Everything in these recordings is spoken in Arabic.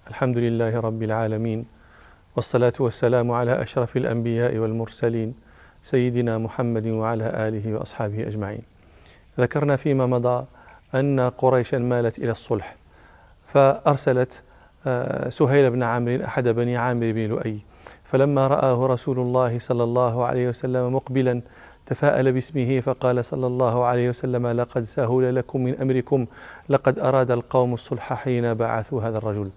الحمد لله رب العالمين، والصلاة والسلام على أشرف الأنبياء والمرسلين سيدنا محمد وعلى آله وأصحابه أجمعين. ذكرنا فيما مضى أن قريشا مالت إلى الصلح، فأرسلت سهيل بن عمرو أحد بني عامر بن لؤي، فلما رآه رسول الله صلى الله عليه وسلم مقبلا تفاءل باسمه فقال صلى الله عليه وسلم: لقد سهل لكم من أمركم، لقد أراد القوم الصلح حين بعثوا هذا الرجل.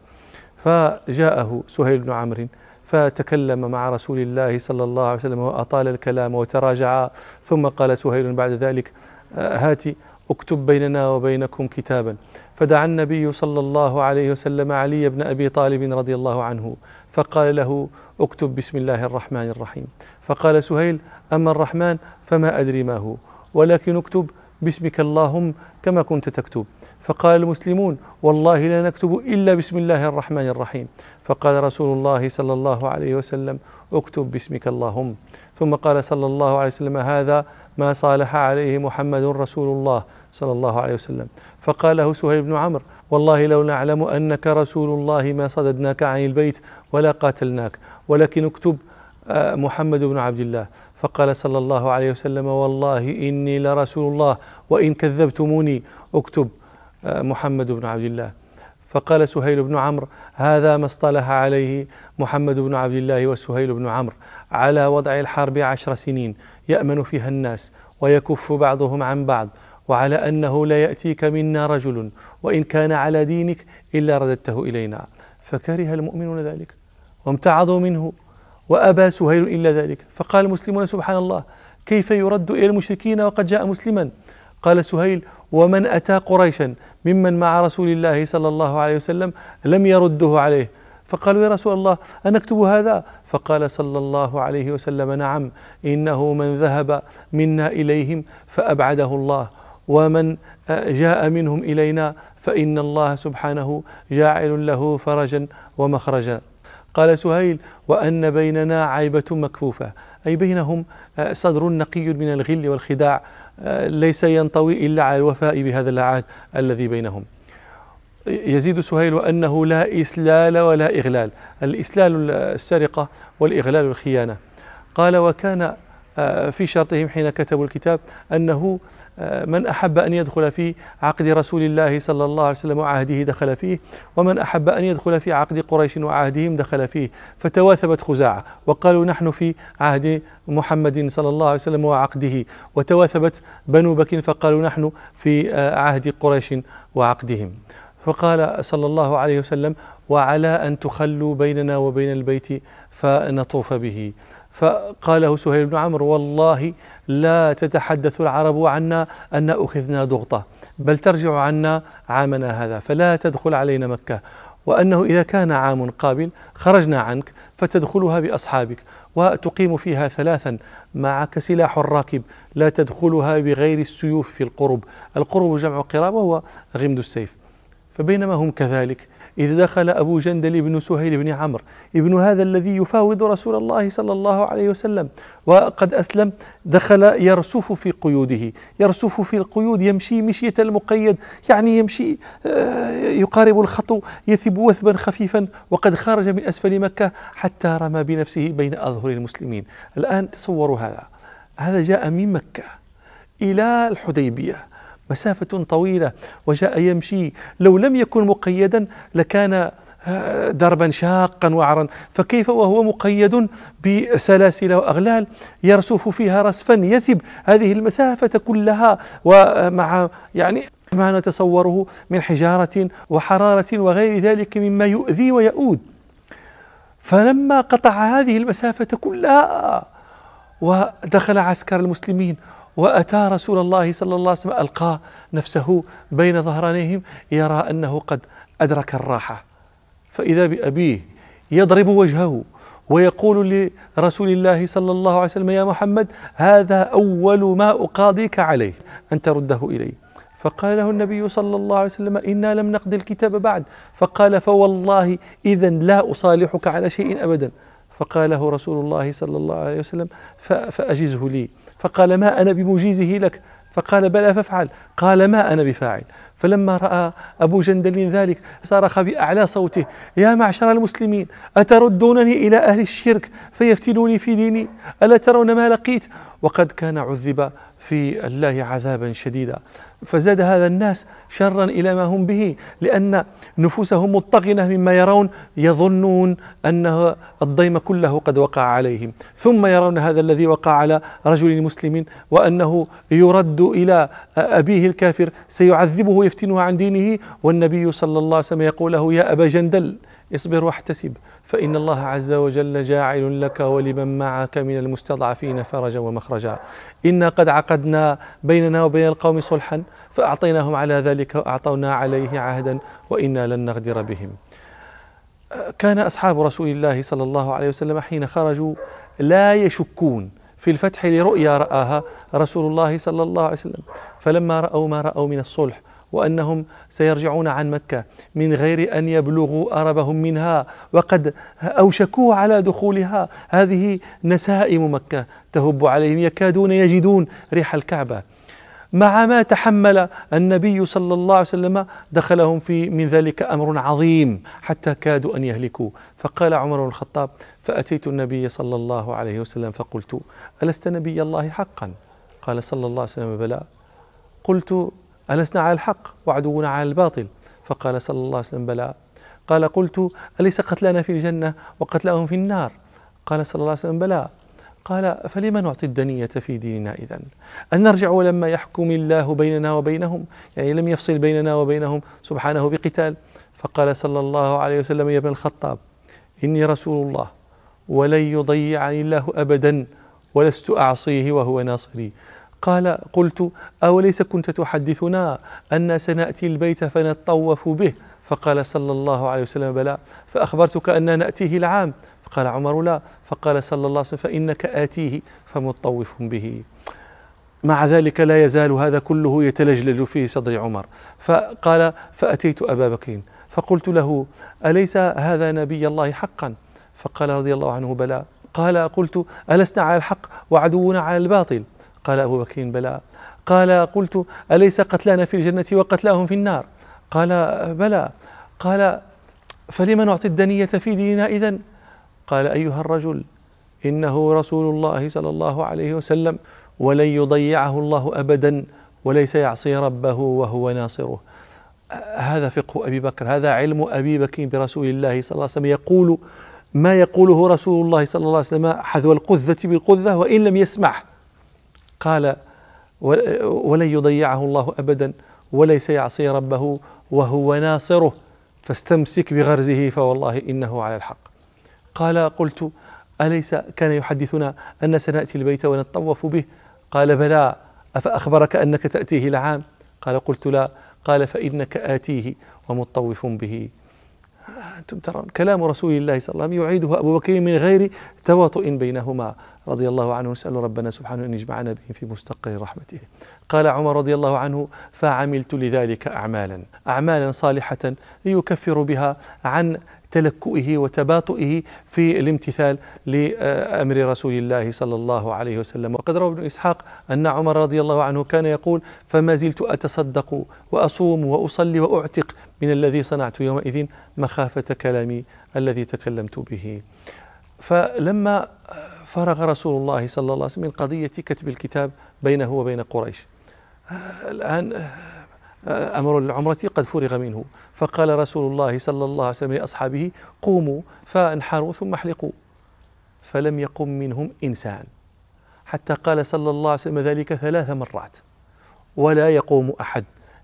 فجاءه سهيل بن عمرو فتكلم مع رسول الله صلى الله عليه وسلم وأطال الكلام وتراجع، ثم قال سهيل بعد ذلك: هات اكتب بيننا وبينكم كتابا. فدعا النبي صلى الله عليه وسلم علي بن أبي طالب رضي الله عنه فقال له: اكتب بسم الله الرحمن الرحيم. فقال سهيل: أما الرحمن فما أدري ما هو، ولكن اكتب باسمك اللهم كما كنت تكتب. فقال المسلمون: والله لا نكتب إلا بسم الله الرحمن الرحيم. فقال رسول الله صلى الله عليه وسلم: اكتب باسمك اللهم. ثم قال صلى الله عليه وسلم: هذا ما صالح عليه محمد رسول الله صلى الله عليه وسلم. فقال له سهيل بن عمرو: والله لو نعلم أنك رسول الله ما صددناك عن البيت ولا قاتلناك، ولكن اكتب محمد بن عبد الله. فقال صلى الله عليه وسلم: والله إني لرسول الله وإن كذبتموني اكتب محمد بن عبد الله. فقال سهيل بن عمرو: هذا ما اصطلح عليه محمد بن عبد الله وسهيل بن عمرو على وضع الحرب 10 سنين يأمن فيها الناس ويكف بعضهم عن بعض، وعلى أنه لا يأتيك منا رجل وإن كان على دينك إلا رددته إلينا. فكره المؤمنون ذلك وامتعضوا منه، وأبى سهيل إلا ذلك. فقال المسلمون: سبحان الله، كيف يرد إلى المشركين وقد جاء مسلما؟ قال سهيل: ومن أتى قريشا ممن مع رسول الله صلى الله عليه وسلم لم يرده عليه. فقالوا: يا رسول الله أنكتب هذا؟ فقال صلى الله عليه وسلم: نعم، إنه من ذهب منا إليهم فأبعده الله، ومن جاء منهم إلينا فإن الله سبحانه جاعل له فرجا ومخرجا. قال سهيل: وأن بيننا عيبة مكفوفة، أي بينهم صدر نقي من الغل والخداع ليس ينطوي إلا على الوفاء بهذا العهد الذي بينهم. يزيد سهيل أنه لا إسلال ولا إغلال، الإسلال السرقة والإغلال الخيانة. قال: وكان في شرطهم حين كتبوا الكتاب أنه من أحب أن يدخل في عقد رسول الله صلى الله عليه وسلم وعهده دخل فيه، ومن أحب أن يدخل في عقد قريش وعهدهم دخل فيه. فتواثبت خزاعة وقالوا: نحن في عهد محمد صلى الله عليه وسلم وعقده، وتواثبت بنو بكر فقالوا: نحن في عهد قريش وعقدهم. فقال صلى الله عليه وسلم: وعلى أن تخلوا بيننا وبين البيت فنطوف به. فقاله سهيل بن عمرو: والله لا تتحدث العرب عنا أن أخذنا ضغطة، بل ترجع عنا عامنا هذا، فلا تدخل علينا مكة، وأنه إذا كان عام قابل خرجنا عنك فتدخلها بأصحابك وتقيم فيها 3 معك سلاح الراكب، لا تدخلها بغير السيوف في القرب. القرب جمع قراب وهو غمد السيف. فبينما هم كذلك إذ دخل أبو جندل بن سهيل بن عمرو ابن هذا الذي يفاوض رسول الله صلى الله عليه وسلم وقد أسلم، دخل يرسف في قيوده، يرسف في القيود، يمشي مشية المقيد، يعني يمشي يقارب الخطو، يثب وثبا خفيفا، وقد خرج من أسفل مكة حتى رمى بنفسه بين أظهر المسلمين. الآن تصوروا هذا جاء من مكة إلى الحديبية مسافة طويلة وجاء يمشي، لو لم يكن مقيدا لكان دربا شاقا وعرا، فكيف وهو مقيد بسلاسل وأغلال يرسف فيها رسفا يثب هذه المسافة كلها، ومع يعني ما نتصوره من حجارة وحرارة وغير ذلك مما يؤذي ويؤود. فلما قطع هذه المسافة كلها ودخل عسكر المسلمين وأتى رسول الله صلى الله عليه وسلم، ألقى نفسه بين ظهرانيهم يرى أنه قد أدرك الراحة، فإذا بأبيه يضرب وجهه ويقول لرسول الله صلى الله عليه وسلم: يا محمد، هذا أول ما أقاضيك عليه أن ترده إلي. فقال له النبي صلى الله عليه وسلم: إنا لم نقضي الكتاب بعد. فقال: فوالله إذا لا أصالحك على شيء أبدا. فقال له رسول الله صلى الله عليه وسلم: فأجزه لي. فقال: ما أنا بمجيزه لك. فقال: بلى فافعل. قال: ما أنا بفاعل. فلما رأى أبو جندل ذلك صرخ بأعلى صوته: يا معشر المسلمين، أتردونني إلى أهل الشرك فيفتنوني في ديني؟ ألا ترون ما لقيت؟ وقد كان عذب في الله عذابا شديدا. فزاد هذا الناس شرا إلى ما هم به، لأن نفوسهم مطغنة مما يرون، يظنون أن الضيم كله قد وقع عليهم، ثم يرون هذا الذي وقع على رجل مسلم وأنه يرد إلى أبيه الكافر سيعذبه ويفتنه عن دينه، والنبي صلى الله عليه وسلم يقول له: يا أبا جندل، اصبر واحتسب، فإن الله عز وجل جاعل لك ولمن معك من المستضعفين فرجا ومخرجا. إنا قد عقدنا بيننا وبين القوم صلحا فأعطيناهم على ذلك وأعطونا عليه عهدا وإنا لن نغدر بهم. كان أصحاب رسول الله صلى الله عليه وسلم حين خرجوا لا يشكون في الفتح لرؤيا رآها رسول الله صلى الله عليه وسلم، فلما رأوا ما رأوا من الصلح وأنهم سيرجعون عن مكة من غير أن يبلغوا أربهم منها، وقد أوشكوا على دخولها، هذه نسائم مكة تهب عليهم، يكادون يجدون ريح الكعبة. مع ما تحمل النبي صلى الله عليه وسلم دخلهم في من ذلك أمر عظيم حتى كادوا أن يهلكوا. فقال عمر بن الخطاب: فأتيت النبي صلى الله عليه وسلم فقلت: ألست نبي الله حقا؟ قال صلى الله عليه وسلم: بلى. قلت: ألسنا على الحق وعدونا على الباطل؟ فقال صلى الله عليه وسلم: بلى. قال: قلت: أليس قتلانا في الجنة وقتلاهم في النار؟ قال صلى الله عليه وسلم: بلى. قال: فلما نعطي الدنية في ديننا إذن؟ أن نرجع ولما يحكم الله بيننا وبينهم، يعني لم يفصل بيننا وبينهم سبحانه بقتال. فقال صلى الله عليه وسلم: يا ابن الخطاب، إني رسول الله ولن يضيعني الله أبدا ولست أعصيه وهو ناصري. قال: قلت: أوليس كنت تحدثنا أن سنأتي البيت فنطوف به؟ فقال صلى الله عليه وسلم: بلى. فأخبرتك أن نأتيه العام؟ فقال عمر: لا. فقال صلى الله عليه وسلم: فإنك آتيه فمطوف به. مع ذلك لا يزال هذا كله يتلجلج في صدر عمر. فقال: فأتيت أبا بكر فقلت له: أليس هذا نبي الله حقا؟ فقال رضي الله عنه: بلى. قال: قلت: ألسنا على الحق وعدونا على الباطل؟ قال أبو بكر: بلى. قال: قلت: أليس قتلانا في الجنة وقتلاهم في النار؟ قال: بلى. قال: فلما نعطي الدنية في ديننا إذن؟ قال: أيها الرجل، إنه رسول الله صلى الله عليه وسلم ولن يضيعه الله أبدا وليس يعصي ربه وهو ناصره. هذا فقه أبي بكر، هذا علم أبي بكر برسول الله صلى الله عليه وسلم، يقول ما يقوله رسول الله صلى الله عليه وسلم حذو القذة بالقذة وإن لم يسمع. قال: ولن يضيعه الله أبدا وليس يعصي ربه وهو ناصره، فاستمسك بغرزه فوالله إنه على الحق. قال: قلت: أليس كان يحدثنا أن سنأتي البيت ونطوف به؟ قال: بلى. أفأخبرك أنك تأتيه العام؟ قال: قلت: لا. قال: فإنك آتيه ومطوف به. أنتم ترون كلام رسول الله صلى الله عليه وسلم يعيده أبو بكر من غير تواطؤ بينهما رضي الله عنه. نسأل ربنا سبحانه أن يجمعنا به في مستقر رحمته. قال عمر رضي الله عنه: فعملت لذلك أعمالا صالحة ليكفر بها عن تلكؤه وتباطؤه في الامتثال لأمر رسول الله صلى الله عليه وسلم. وقد روى ابن إسحاق أن عمر رضي الله عنه كان يقول: فما زلت أتصدق وأصوم وأصلي وأعتق من الذي صنعت يومئذ مخافة كلامي الذي تكلمت به. فلما فرغ رسول الله صلى الله عليه وسلم من قضية كتب الكتاب بينه وبين قريش، الآن أمر العمرة قد فرغ منه، فقال رسول الله صلى الله عليه وسلم لأصحابه: قوموا فانحروا ثم احلقوا. فلم يقم منهم إنسان، حتى قال صلى الله عليه وسلم ذلك 3 مرات ولا يقوم أحد.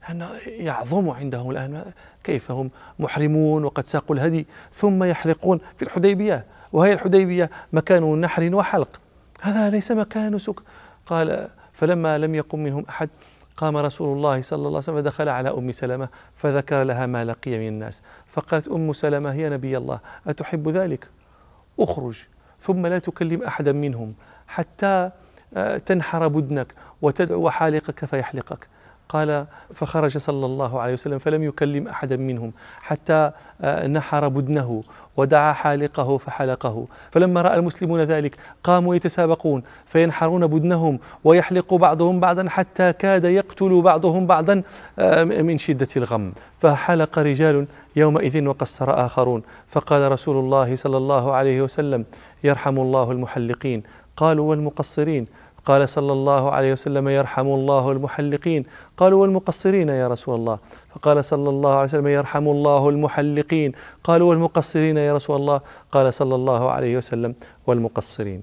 يعظم عندهم الآن كيف هم محرمون وقد ساقوا الهدي ثم يحلقون في الحديبية، وهي الحديبية مكان نحر وحلق، هذا ليس مكان نسك. قال: فلما لم يقم منهم أحد قام رسول الله صلى الله عليه وسلم فدخل على أم سلمة فذكر لها ما لقي من الناس. فقالت أم سلمة: يا نبي الله، أتحب ذلك؟ أخرج ثم لا تكلم أحدا منهم حتى تنحر بدنك وتدعو حالقك فيحلقك. قال فخرج صلى الله عليه وسلم فلم يكلم أحدا منهم حتى نحر بدنه ودعا حالقه فحلقه. فلما رأى المسلمون ذلك قاموا يتسابقون فينحرون بدنهم ويحلق بعضهم بعضا حتى كاد يقتل بعضهم بعضا من شدة الغم. فحلق رجال يومئذ وقصر آخرون. فقال رسول الله صلى الله عليه وسلم يرحم الله المحلقين. قالوا والمقصرين؟ قال صلى الله عليه وسلم يرحم الله المحلقين. قالوا والمقصرين يا رسول الله؟ فقال صلى الله عليه وسلم يرحم الله المحلقين. قالوا والمقصرين يا رسول الله؟ قال صلى الله عليه وسلم والمقصرين.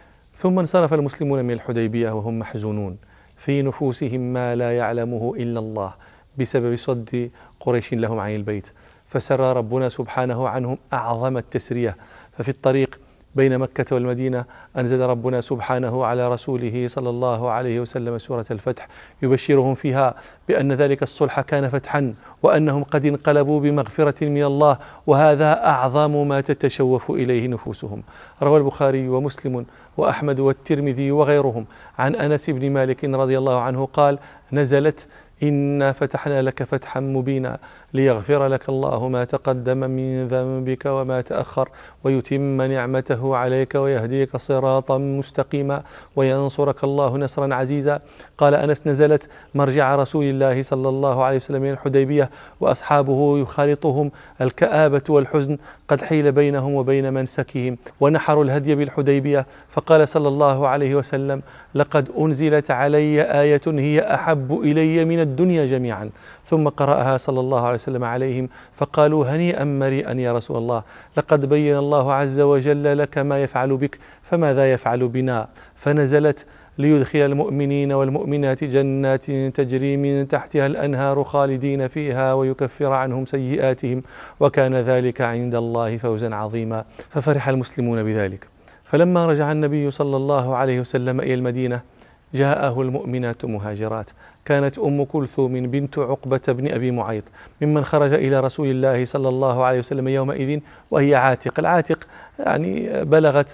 ثم انصرف المسلمون من الحديبية وهم محزونون في نفوسهم ما لا يعلمه إلا الله بسبب صد قريش لهم عن البيت. فسرى ربنا سبحانه عنهم أعظم التسرية. ففي الطريق بين مكة والمدينة أنزل ربنا سبحانه على رسوله صلى الله عليه وسلم سورة الفتح يبشرهم فيها بأن ذلك الصلح كان فتحا وأنهم قد انقلبوا بمغفرة من الله، وهذا أعظم ما تتشوف إليه نفوسهم. روى البخاري ومسلم وأحمد والترمذي وغيرهم عن أنس بن مالك رضي الله عنه قال نزلت إنا فتحنا لك فتحا مبينا ليغفر لك الله ما تقدم من ذنبك وما تأخر ويتم نعمته عليك ويهديك صراطا مستقيما وينصرك الله نصرا عزيزا. قال أنس نزلت مرجع رسول الله صلى الله عليه وسلم من الحديبية وأصحابه يخالطهم الكآبة والحزن قد حيل بينهم وبين منسكهم ونحروا الهدي بالحديبية. فقال صلى الله عليه وسلم لقد أنزلت علي آية هي أحب إلي من الدنيا جميعا. ثم قرأها صلى الله عليه وسلم عليهم فقالوا هنيئا مريئا يا رسول الله، لقد بين الله عز وجل لك ما يفعل بك فماذا يفعل بنا؟ فنزلت ليدخل المؤمنين والمؤمنات جنات تجري من تحتها الأنهار خالدين فيها ويكفر عنهم سيئاتهم وكان ذلك عند الله فوزا عظيما. ففرح المسلمون بذلك. فلما رجع النبي صلى الله عليه وسلم إلى المدينة جاءه المؤمنات مهاجرات. كانت أم كلثوم بنت عقبة بن أبي معيط ممن خرج إلى رسول الله صلى الله عليه وسلم يومئذ وهي عاتق. العاتق يعني بلغت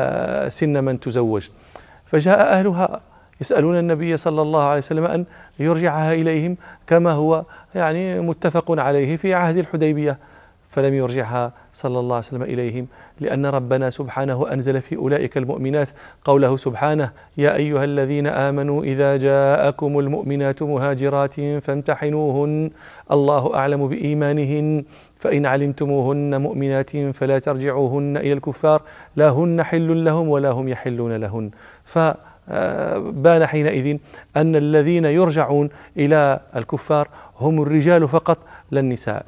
سن من تزوج. فجاء أهلها يسألون النبي صلى الله عليه وسلم أن يرجعها إليهم كما هو يعني متفق عليه في عهد الحديبية، فلم يرجعها صلى الله عليه وسلم إليهم لأن ربنا سبحانه أنزل في أولئك المؤمنات قوله سبحانه يا أيها الذين آمنوا إذا جاءكم المؤمنات مهاجرات فامتحنوهن الله أعلم بإيمانهن فإن علمتموهن مؤمنات فلا ترجعوهن إلى الكفار لا هن حل لهم ولا هم يحلون لهن. فبان حينئذ أن الذين يرجعون إلى الكفار هم الرجال فقط لا النساء.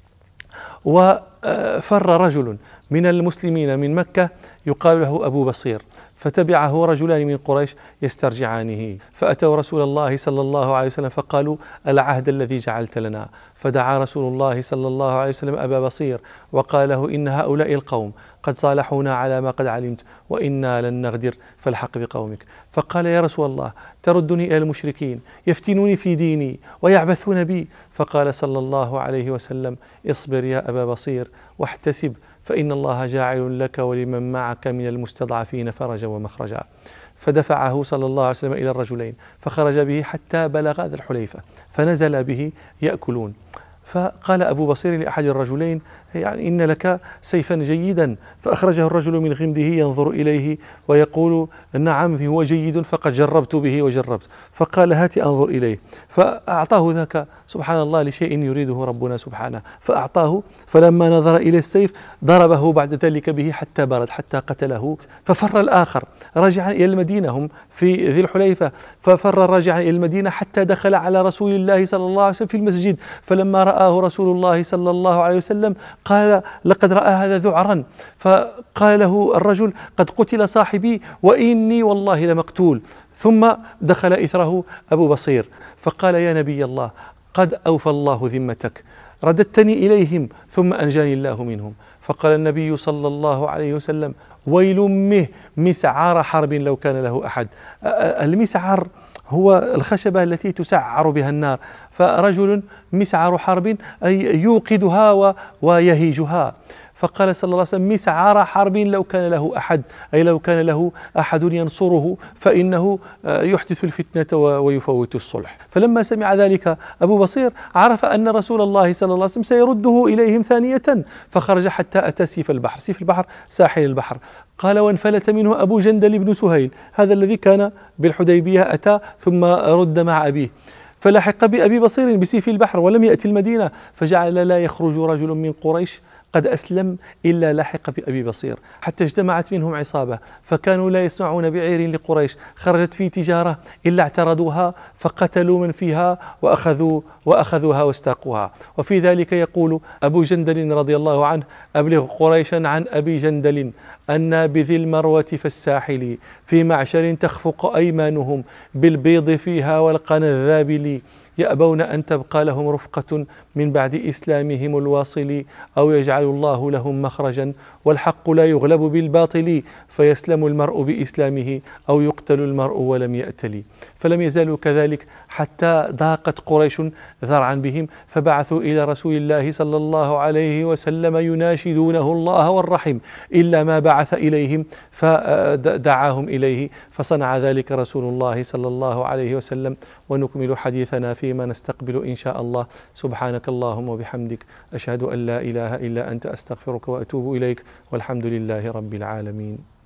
وفر رجل من المسلمين من مكة يقال له أبو بصير فتبعه رجلان من قريش يسترجعانه فأتوا رسول الله صلى الله عليه وسلم فقالوا العهد الذي جعلت لنا. فدعا رسول الله صلى الله عليه وسلم أبا بصير وقال له إن هؤلاء القوم قد صالحونا على ما قد علمت وإنا لن نغدر فالحق بقومك. فقال يا رسول الله تردني إلى المشركين يفتنوني في ديني ويعبثون بي. فقال صلى الله عليه وسلم اصبر يا أبا بصير واحتسب فإن الله جاعل لك ولمن معك من المستضعفين فرجا ومخرجا. فدفعه صلى الله عليه وسلم إلى الرجلين فخرج به حتى بلغ ذا الحليفة فنزل به يأكلون. فقال أبو بصير لأحد الرجلين يعني إن لك سيفا جيدا. فأخرجه الرجل من غمده ينظر إليه ويقول نعم هو جيد فقد جربت به وجربت. فقال هات أنظر إليه. فأعطاه ذاك سبحان الله لشيء يريده ربنا سبحانه فأعطاه. فلما نظر إلى السيف ضربه بعد ذلك به حتى برد حتى قتله. ففر الآخر رجعا إلى المدينة هم في ذي الحليفة. ففر راجعا إلى المدينة حتى دخل على رسول الله صلى الله عليه وسلم في المسجد. فلما رآه رسول الله صلى الله عليه وسلم قال لقد رأى هذا ذعرا. فقال له الرجل قد قتل صاحبي وإني والله لمقتول. ثم دخل إثره أبو بصير فقال يا نبي الله قد أوفى الله ذمتك رددتني إليهم ثم أنجاني الله منهم. فقال النبي صلى الله عليه وسلم ويل أمه مسعار حرب لو كان له أحد. المسعر هو الخشبة التي تسعر بها النار. فرجل مسعر حرب أي يوقدها ويهيجها. فقال صلى الله عليه وسلم: مسعار حرب لو كان له أحد، أي لو كان له أحد ينصره فإنه يحدث الفتنة ويفوت الصلح. فلما سمع ذلك أبو بصير عرف أن رسول الله صلى الله عليه وسلم سيرده إليهم ثانية، فخرج حتى أتى سيف البحر. سيف البحر ساحل البحر. قال: وانفلت منه أبو جندل بن سهيل، هذا الذي كان بالحديبية، أتى ثم رد مع أبيه، فلحق بأبي بصير بسيف البحر ولم يأتي المدينة، فجعل لا يخرج رجل من قريش قد أسلم إلا لحق بأبي بصير، حتى اجتمعت منهم عصابة فكانوا لا يسمعون بعير لقريش خرجت في تجارة إلا اعترضوها فقتلوا من فيها وأخذوها واستاقوها. وفي ذلك يقول أبو جندل رضي الله عنه: أبلغ قريشا عن أبي جندل أن بذي المروة فالساحل في معشر تخفق أيمانهم بالبيض فيها والقنا الذابل، يأبون أن تبقى لهم رفقة من بعد إسلامهم الواصل، أو يجعل الله لهم مخرجا والحق لا يغلب بالباطل، فيسلم المرء بإسلامه أو يقتل المرء ولم يأتل. فلم يزالوا كذلك حتى ضاقت قريش ذرعا بهم، فبعثوا إلى رسول الله صلى الله عليه وسلم يناشدونه الله والرحم، إلا ما بعث إليهم فدعاهم إليه، فصنع ذلك رسول الله صلى الله عليه وسلم. ونكمل حديثنا فيما نستقبل إن شاء الله. سبحانك اللهم وبحمدك، أشهد أن لا إله إلا أنت، أستغفرك وأتوب إليك، والحمد لله رب العالمين.